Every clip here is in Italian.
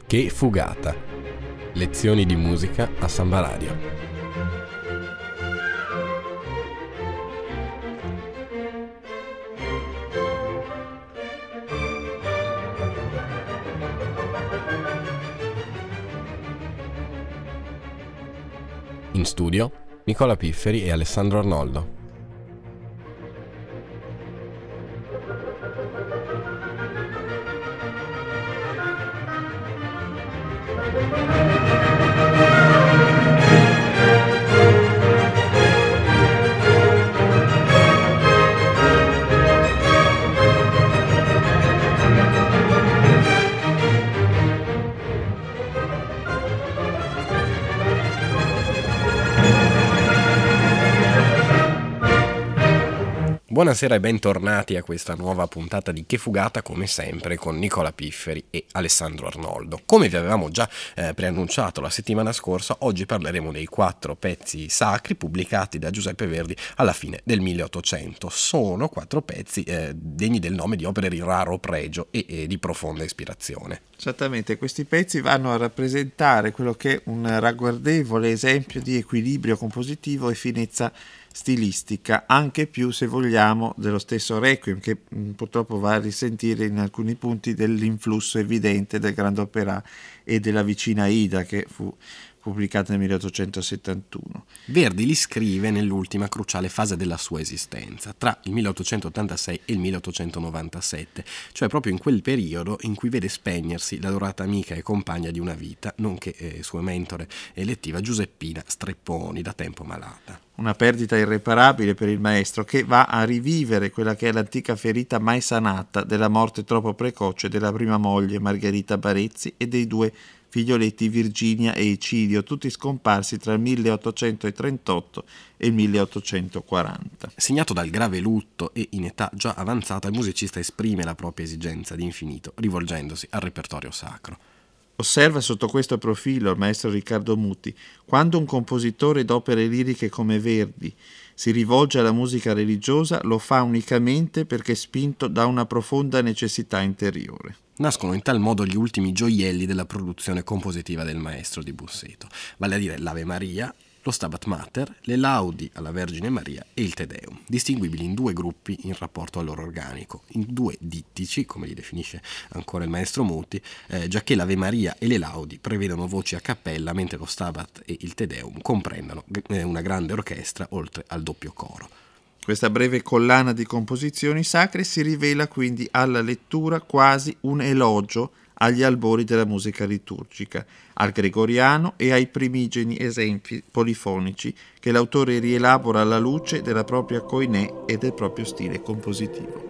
Che fugata! Lezioni di musica a Samba Radio. In studio Nicola Pifferi e Alessandro Arnoldo. Buonasera e bentornati a questa nuova puntata di Che Fugata, come sempre con Nicola Pifferi e Alessandro Arnoldo. Come vi avevamo già preannunciato la settimana scorsa, oggi parleremo dei 4 pezzi sacri pubblicati da Giuseppe Verdi alla fine del 1800. Sono 4 pezzi degni del nome di opere di raro pregio e di profonda ispirazione. Esattamente, questi pezzi vanno a rappresentare quello che è un ragguardevole esempio di equilibrio compositivo e finezza stilistica, anche più se vogliamo dello stesso Requiem, che purtroppo va a risentire in alcuni punti dell'influsso evidente del grande opera e della vicina Aida, che fu pubblicata nel 1871. Verdi li scrive nell'ultima cruciale fase della sua esistenza, tra il 1886 e il 1897, cioè proprio in quel periodo in cui vede spegnersi l'adorata amica e compagna di una vita, nonché sua mentore elettiva Giuseppina Strepponi, da tempo malata. Una perdita irreparabile per il maestro, che va a rivivere quella che è l'antica ferita mai sanata della morte troppo precoce della prima moglie Margherita Barezzi e dei 2 figlioletti Virginia e Icilio, tutti scomparsi tra il 1838 e il 1840. Segnato dal grave lutto e in età già avanzata, il musicista esprime la propria esigenza di infinito, rivolgendosi al repertorio sacro. Osserva sotto questo profilo il maestro Riccardo Muti: quando un compositore d'opere liriche come Verdi si rivolge alla musica religiosa, lo fa unicamente perché spinto da una profonda necessità interiore. Nascono in tal modo gli ultimi gioielli della produzione compositiva del maestro di Busseto, vale a dire l'Ave Maria, lo Stabat Mater, le laudi alla Vergine Maria e il Te Deum, distinguibili in 2 gruppi in rapporto al loro organico, in 2 dittici, come li definisce ancora il maestro Muti, giacché l'Ave Maria e le laudi prevedono voci a cappella, mentre lo Stabat e il Te Deum comprendono una grande orchestra oltre al doppio coro. Questa breve collana di composizioni sacre si rivela quindi alla lettura quasi un elogio agli albori della musica liturgica, al gregoriano e ai primigeni esempi polifonici che l'autore rielabora alla luce della propria koiné e del proprio stile compositivo.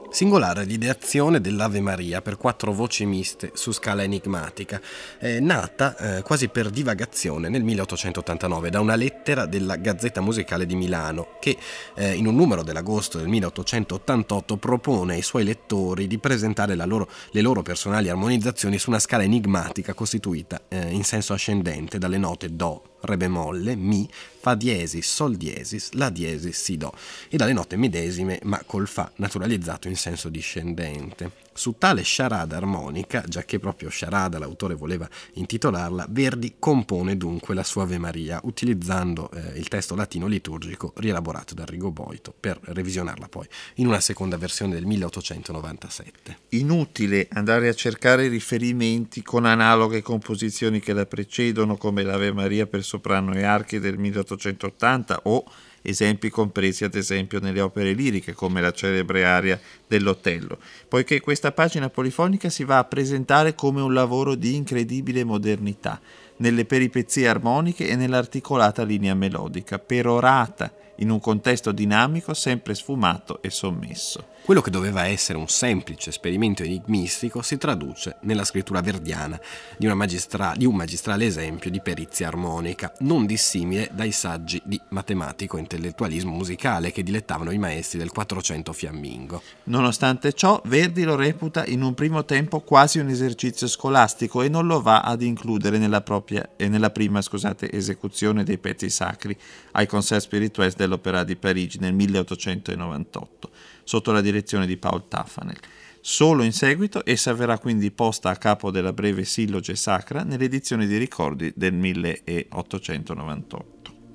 Singolare l'ideazione dell'Ave Maria per 4 voci miste su scala enigmatica, nata quasi per divagazione nel 1889 da una lettera della Gazzetta Musicale di Milano che in un numero dell'agosto del 1888 propone ai suoi lettori di presentare le loro personali armonizzazioni su una scala enigmatica costituita in senso ascendente dalle note Do, Re bemolle, Mi, Fa diesis, Sol diesis, La diesis, Si Do e dalle note medesime ma col Fa naturalizzato in senso discendente. Su tale sciarada armonica, giacché proprio sciarada l'autore voleva intitolarla, Verdi compone dunque la sua Ave Maria utilizzando il testo latino liturgico rielaborato da Arrigo Boito per revisionarla poi in una seconda versione del 1897. Inutile andare a cercare riferimenti con analoghe composizioni che la precedono come l'Ave Maria per soprano e archi del 1880 o esempi compresi ad esempio nelle opere liriche come la celebre aria dell'Otello, poiché questa pagina polifonica si va a presentare come un lavoro di incredibile modernità nelle peripezie armoniche e nell'articolata linea melodica, perorata in un contesto dinamico sempre sfumato e sommesso. Quello che doveva essere un semplice esperimento enigmistico si traduce nella scrittura verdiana di un magistrale esempio di perizia armonica, non dissimile dai saggi di matematico e intellettualismo musicale che dilettavano i maestri del Quattrocento fiammingo. Nonostante ciò, Verdi lo reputa in un primo tempo quasi un esercizio scolastico e non lo va ad includere nella prima esecuzione dei pezzi sacri ai Concerts Spirituels dell'Opéra di Parigi nel 1898, sotto la direzione di Paul Taffanel. Solo in seguito essa verrà quindi posta a capo della breve silloge sacra nell'edizione di ricordi del 1898.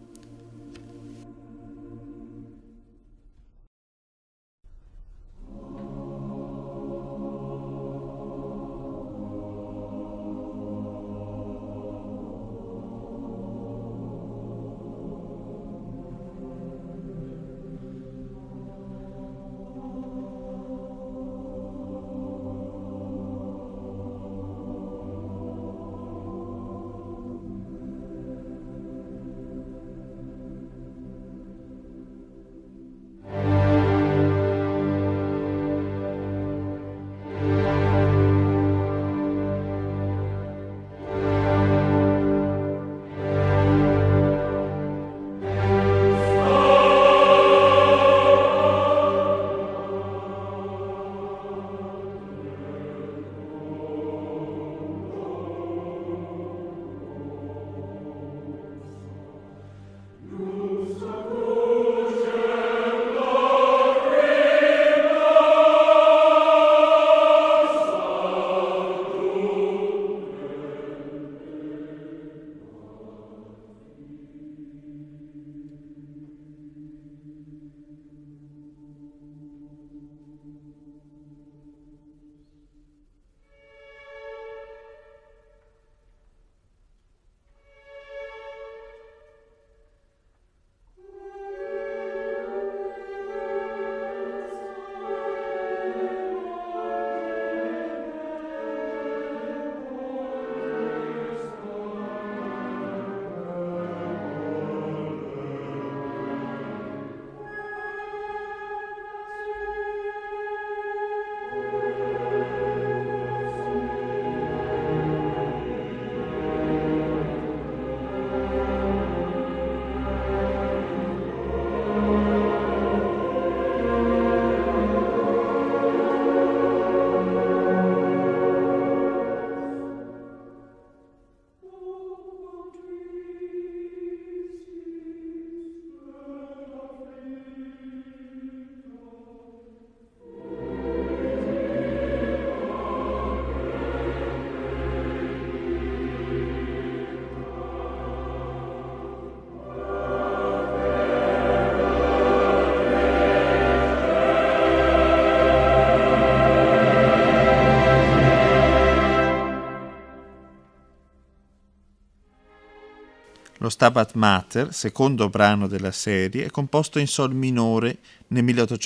Lo Stabat Mater, secondo brano della serie, è composto in sol minore nel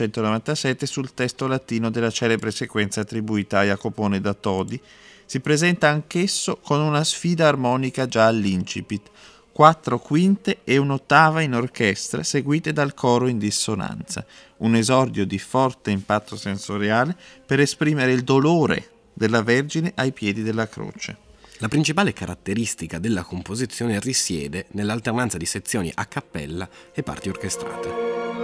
1897 sul testo latino della celebre sequenza attribuita a Jacopone da Todi. Si presenta anch'esso con una sfida armonica già all'incipit, 4 quinte e un'ottava in orchestra, seguite dal coro in dissonanza. Un esordio di forte impatto sensoriale per esprimere il dolore della Vergine ai piedi della croce. La principale caratteristica della composizione risiede nell'alternanza di sezioni a cappella e parti orchestrate.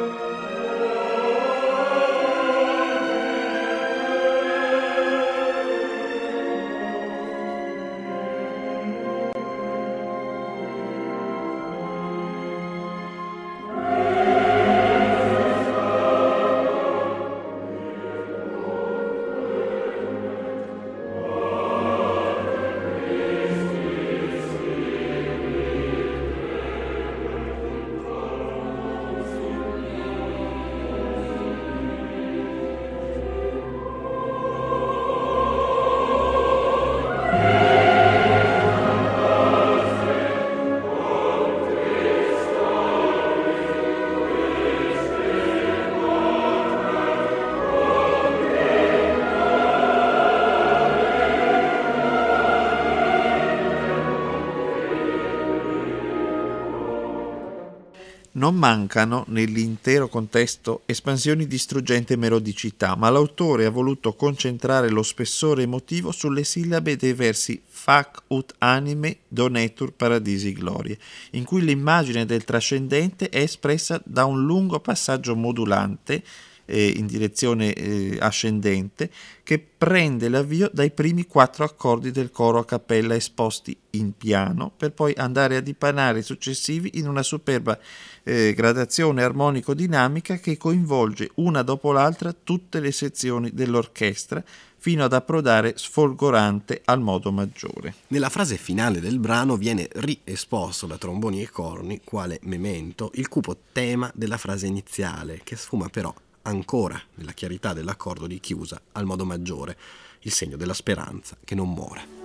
Non mancano nell'intero contesto espansioni di struggente melodicità, ma l'autore ha voluto concentrare lo spessore emotivo sulle sillabe dei versi Fac ut anime donetur paradisi glorie, in cui l'immagine del trascendente è espressa da un lungo passaggio modulante in direzione ascendente che prende l'avvio dai primi 4 accordi del coro a cappella esposti in piano per poi andare a dipanare i successivi in una superba gradazione armonico-dinamica che coinvolge una dopo l'altra tutte le sezioni dell'orchestra fino ad approdare sfolgorante al modo maggiore. Nella frase finale del brano viene riesposto da tromboni e corni, quale memento, il cupo tema della frase iniziale, che sfuma però ancora nella chiarità dell'accordo di chiusa al modo maggiore, il segno della speranza che non muore.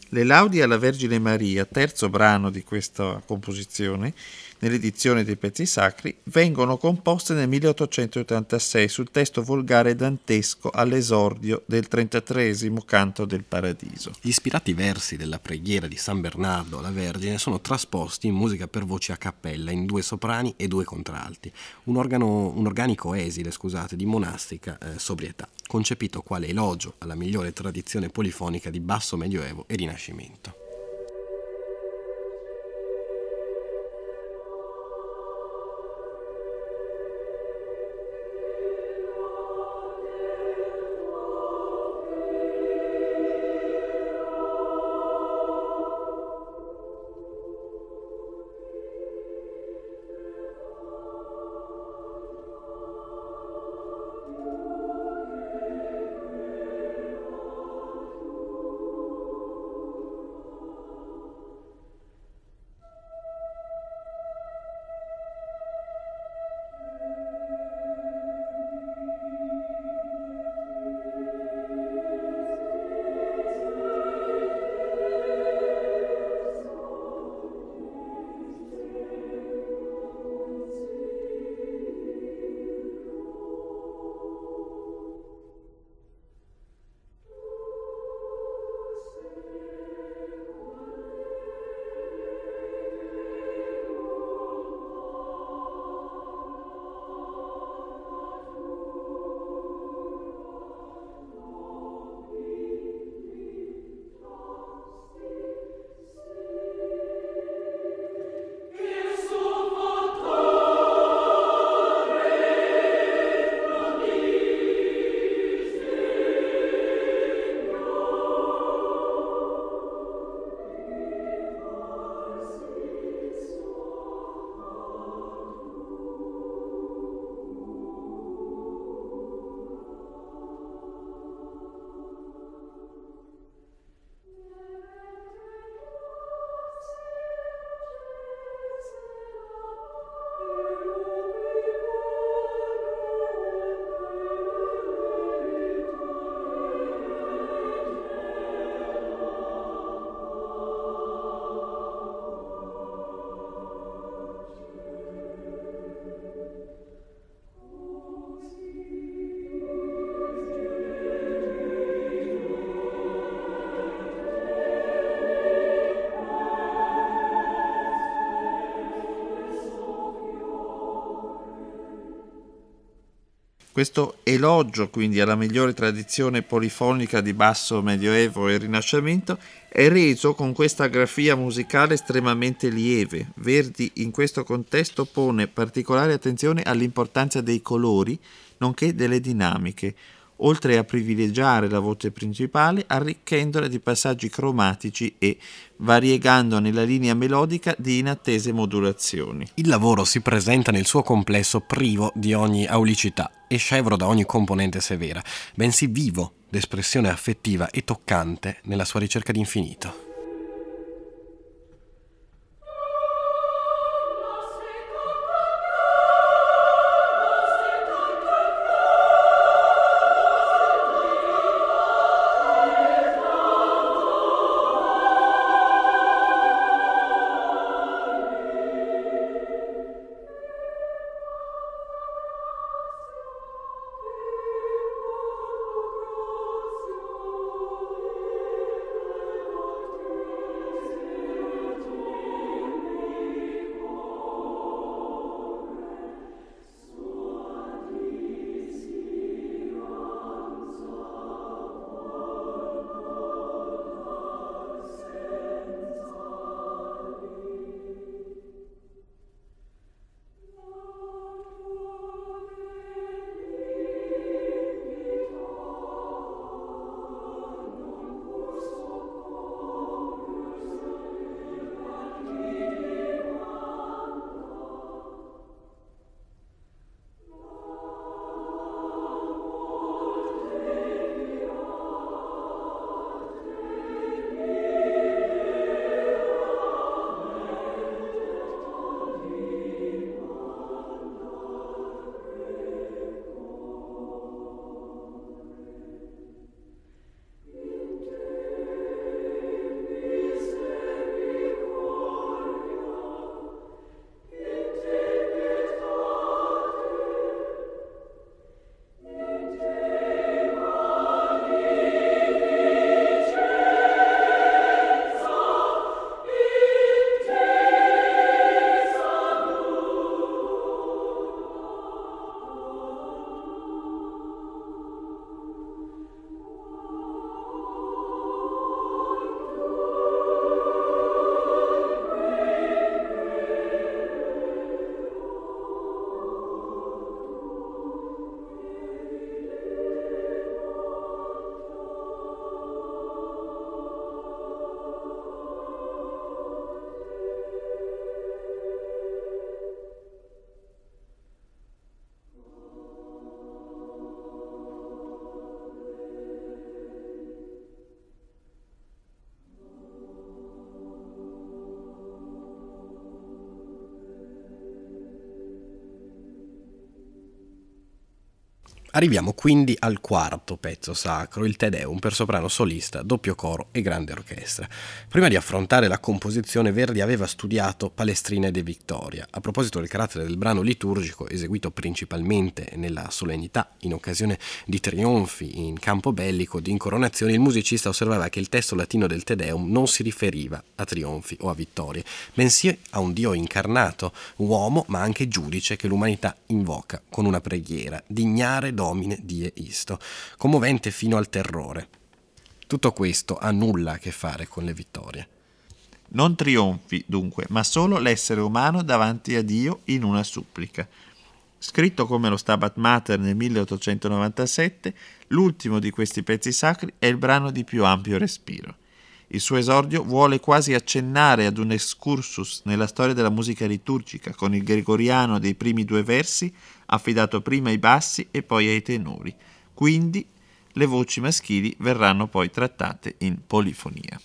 Le Laudi alla Vergine Maria, terzo brano di questa composizione, nell'edizione dei pezzi sacri, vengono composte nel 1886 sul testo volgare dantesco all'esordio del 33esimo canto del Paradiso. Gli ispirati versi della preghiera di San Bernardo alla Vergine sono trasposti in musica per voci a cappella in 2 soprani e 2 contralti, un organico esile, di monastica sobrietà, concepito quale elogio alla migliore tradizione polifonica di basso medioevo e rinascimento. Questo elogio quindi alla migliore tradizione polifonica di basso medioevo e rinascimento è reso con questa grafia musicale estremamente lieve. Verdi in questo contesto pone particolare attenzione all'importanza dei colori nonché delle dinamiche, oltre a privilegiare la voce principale, arricchendola di passaggi cromatici e variegandone la linea melodica di inattese modulazioni. Il lavoro si presenta nel suo complesso privo di ogni aulicità e scevro da ogni componente severa, bensì vivo d'espressione affettiva e toccante nella sua ricerca di infinito. Arriviamo quindi al quarto pezzo sacro, il Te Deum per soprano solista, doppio coro e grande orchestra. Prima di affrontare la composizione, Verdi aveva studiato Palestrina e De Victoria. A proposito del carattere del brano liturgico, eseguito principalmente nella solennità in occasione di trionfi in campo bellico, di incoronazioni, il musicista osservava che il testo latino del Te Deum non si riferiva a trionfi o a vittorie, bensì a un Dio incarnato, uomo ma anche giudice che l'umanità invoca con una preghiera, dignare Domine die isto, commovente fino al terrore. Tutto questo ha nulla a che fare con le vittorie. Non trionfi, dunque, ma solo l'essere umano davanti a Dio in una supplica. Scritto come lo Stabat Mater nel 1897, l'ultimo di questi pezzi sacri è il brano di più ampio respiro. Il suo esordio vuole quasi accennare ad un excursus nella storia della musica liturgica, con il gregoriano dei primi 2 versi affidato prima ai bassi e poi ai tenori. Quindi le voci maschili verranno poi trattate in polifonia.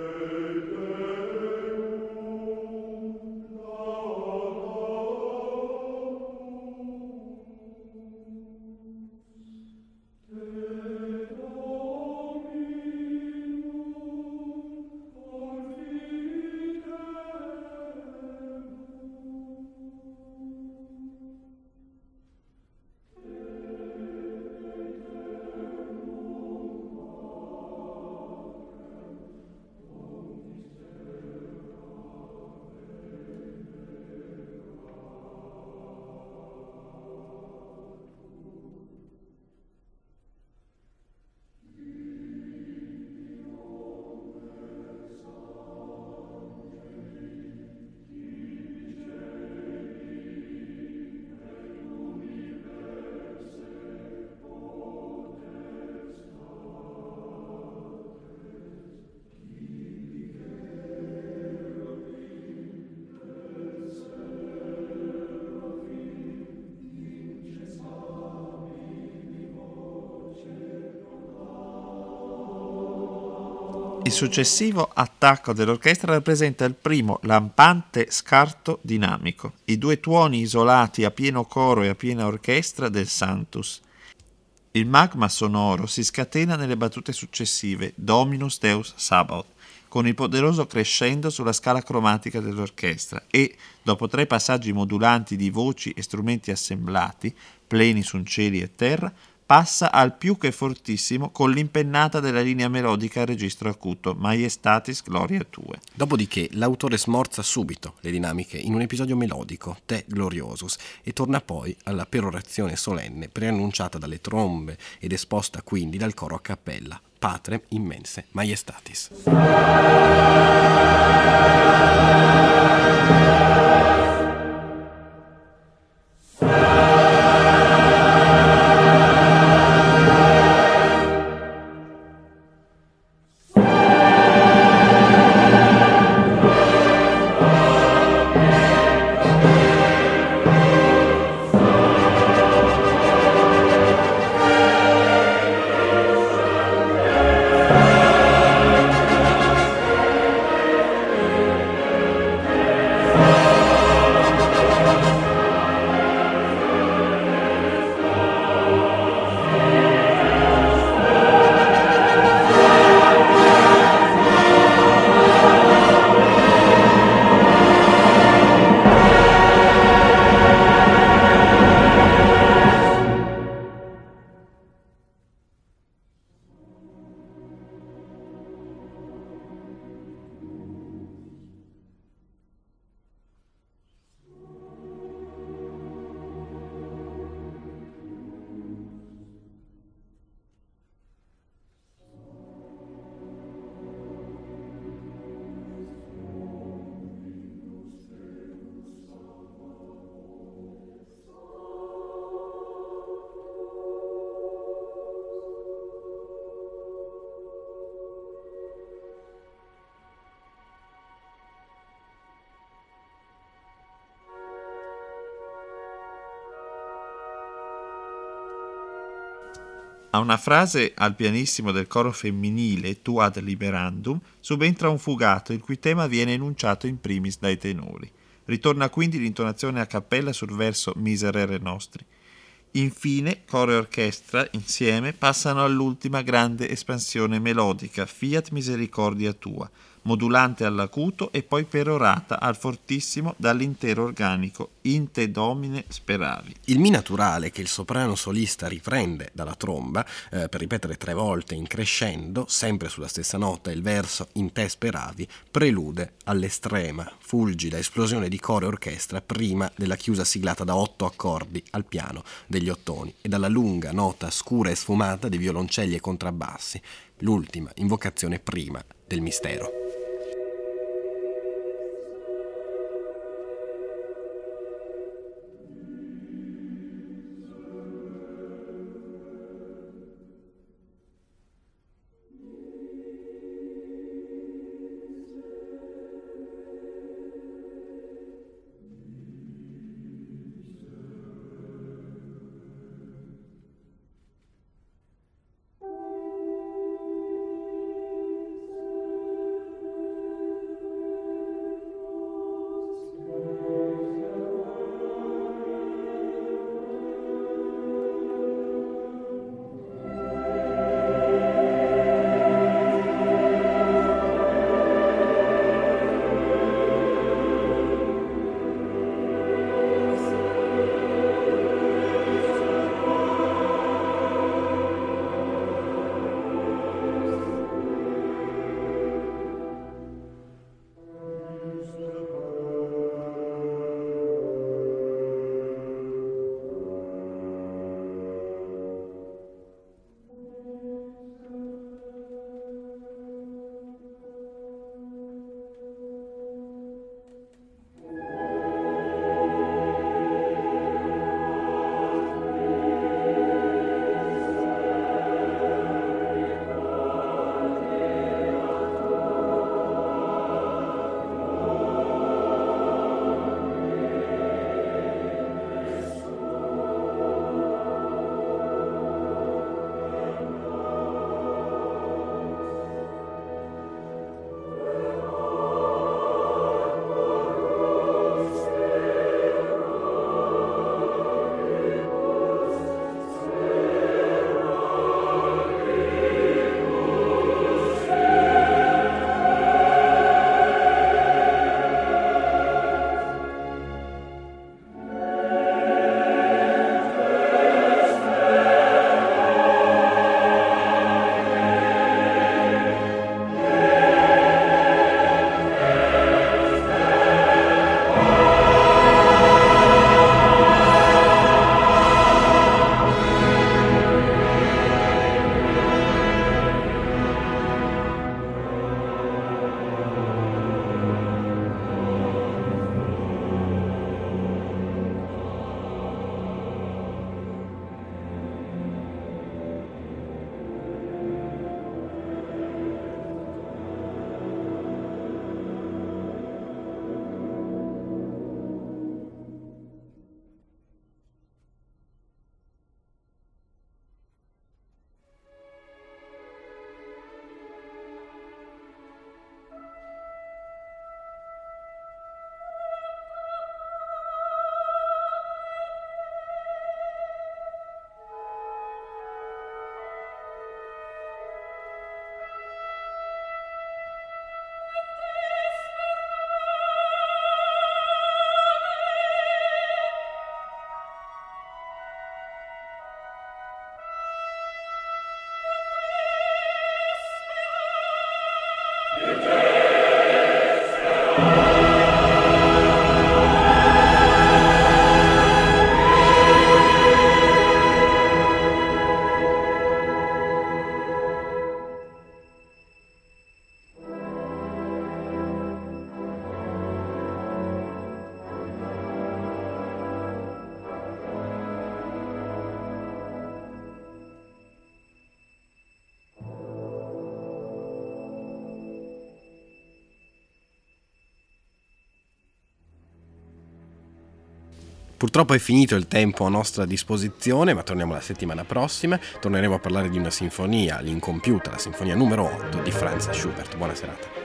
Il successivo attacco dell'orchestra rappresenta il primo lampante scarto dinamico, i 2 tuoni isolati a pieno coro e a piena orchestra del Sanctus. Il magma sonoro si scatena nelle battute successive, Dominus Deus Sabaoth, con il poderoso crescendo sulla scala cromatica dell'orchestra e, dopo 3 passaggi modulanti di voci e strumenti assemblati, pleni su cieli e terra, passa al più che fortissimo con l'impennata della linea melodica al registro acuto, Maiestatis Gloria Tue. Dopodiché l'autore smorza subito le dinamiche in un episodio melodico, Te Gloriosus, e torna poi alla perorazione solenne preannunciata dalle trombe ed esposta quindi dal coro a cappella, Patrem Immense Maiestatis. A una frase al pianissimo del coro femminile Tu ad liberandum subentra un fugato il cui tema viene enunciato in primis dai tenori. Ritorna quindi l'intonazione a cappella sul verso Miserere nostri. Infine, coro e orchestra, insieme, passano all'ultima grande espansione melodica, Fiat Misericordia Tua, modulante all'acuto e poi perorata al fortissimo dall'intero organico, In te Domine speravi. Il Mi naturale che il soprano solista riprende dalla tromba per ripetere 3 volte in crescendo, sempre sulla stessa nota, il verso In te speravi, prelude all'estrema, fulgida esplosione di coro e orchestra prima della chiusa siglata da 8 accordi al piano degli ottoni e dalla lunga nota scura e sfumata di violoncelli e contrabbassi, l'ultima invocazione prima del mistero. Purtroppo è finito il tempo a nostra disposizione, ma torniamo la settimana prossima. Torneremo a parlare di una sinfonia, l'incompiuta, la sinfonia numero 8 di Franz Schubert. Buona serata.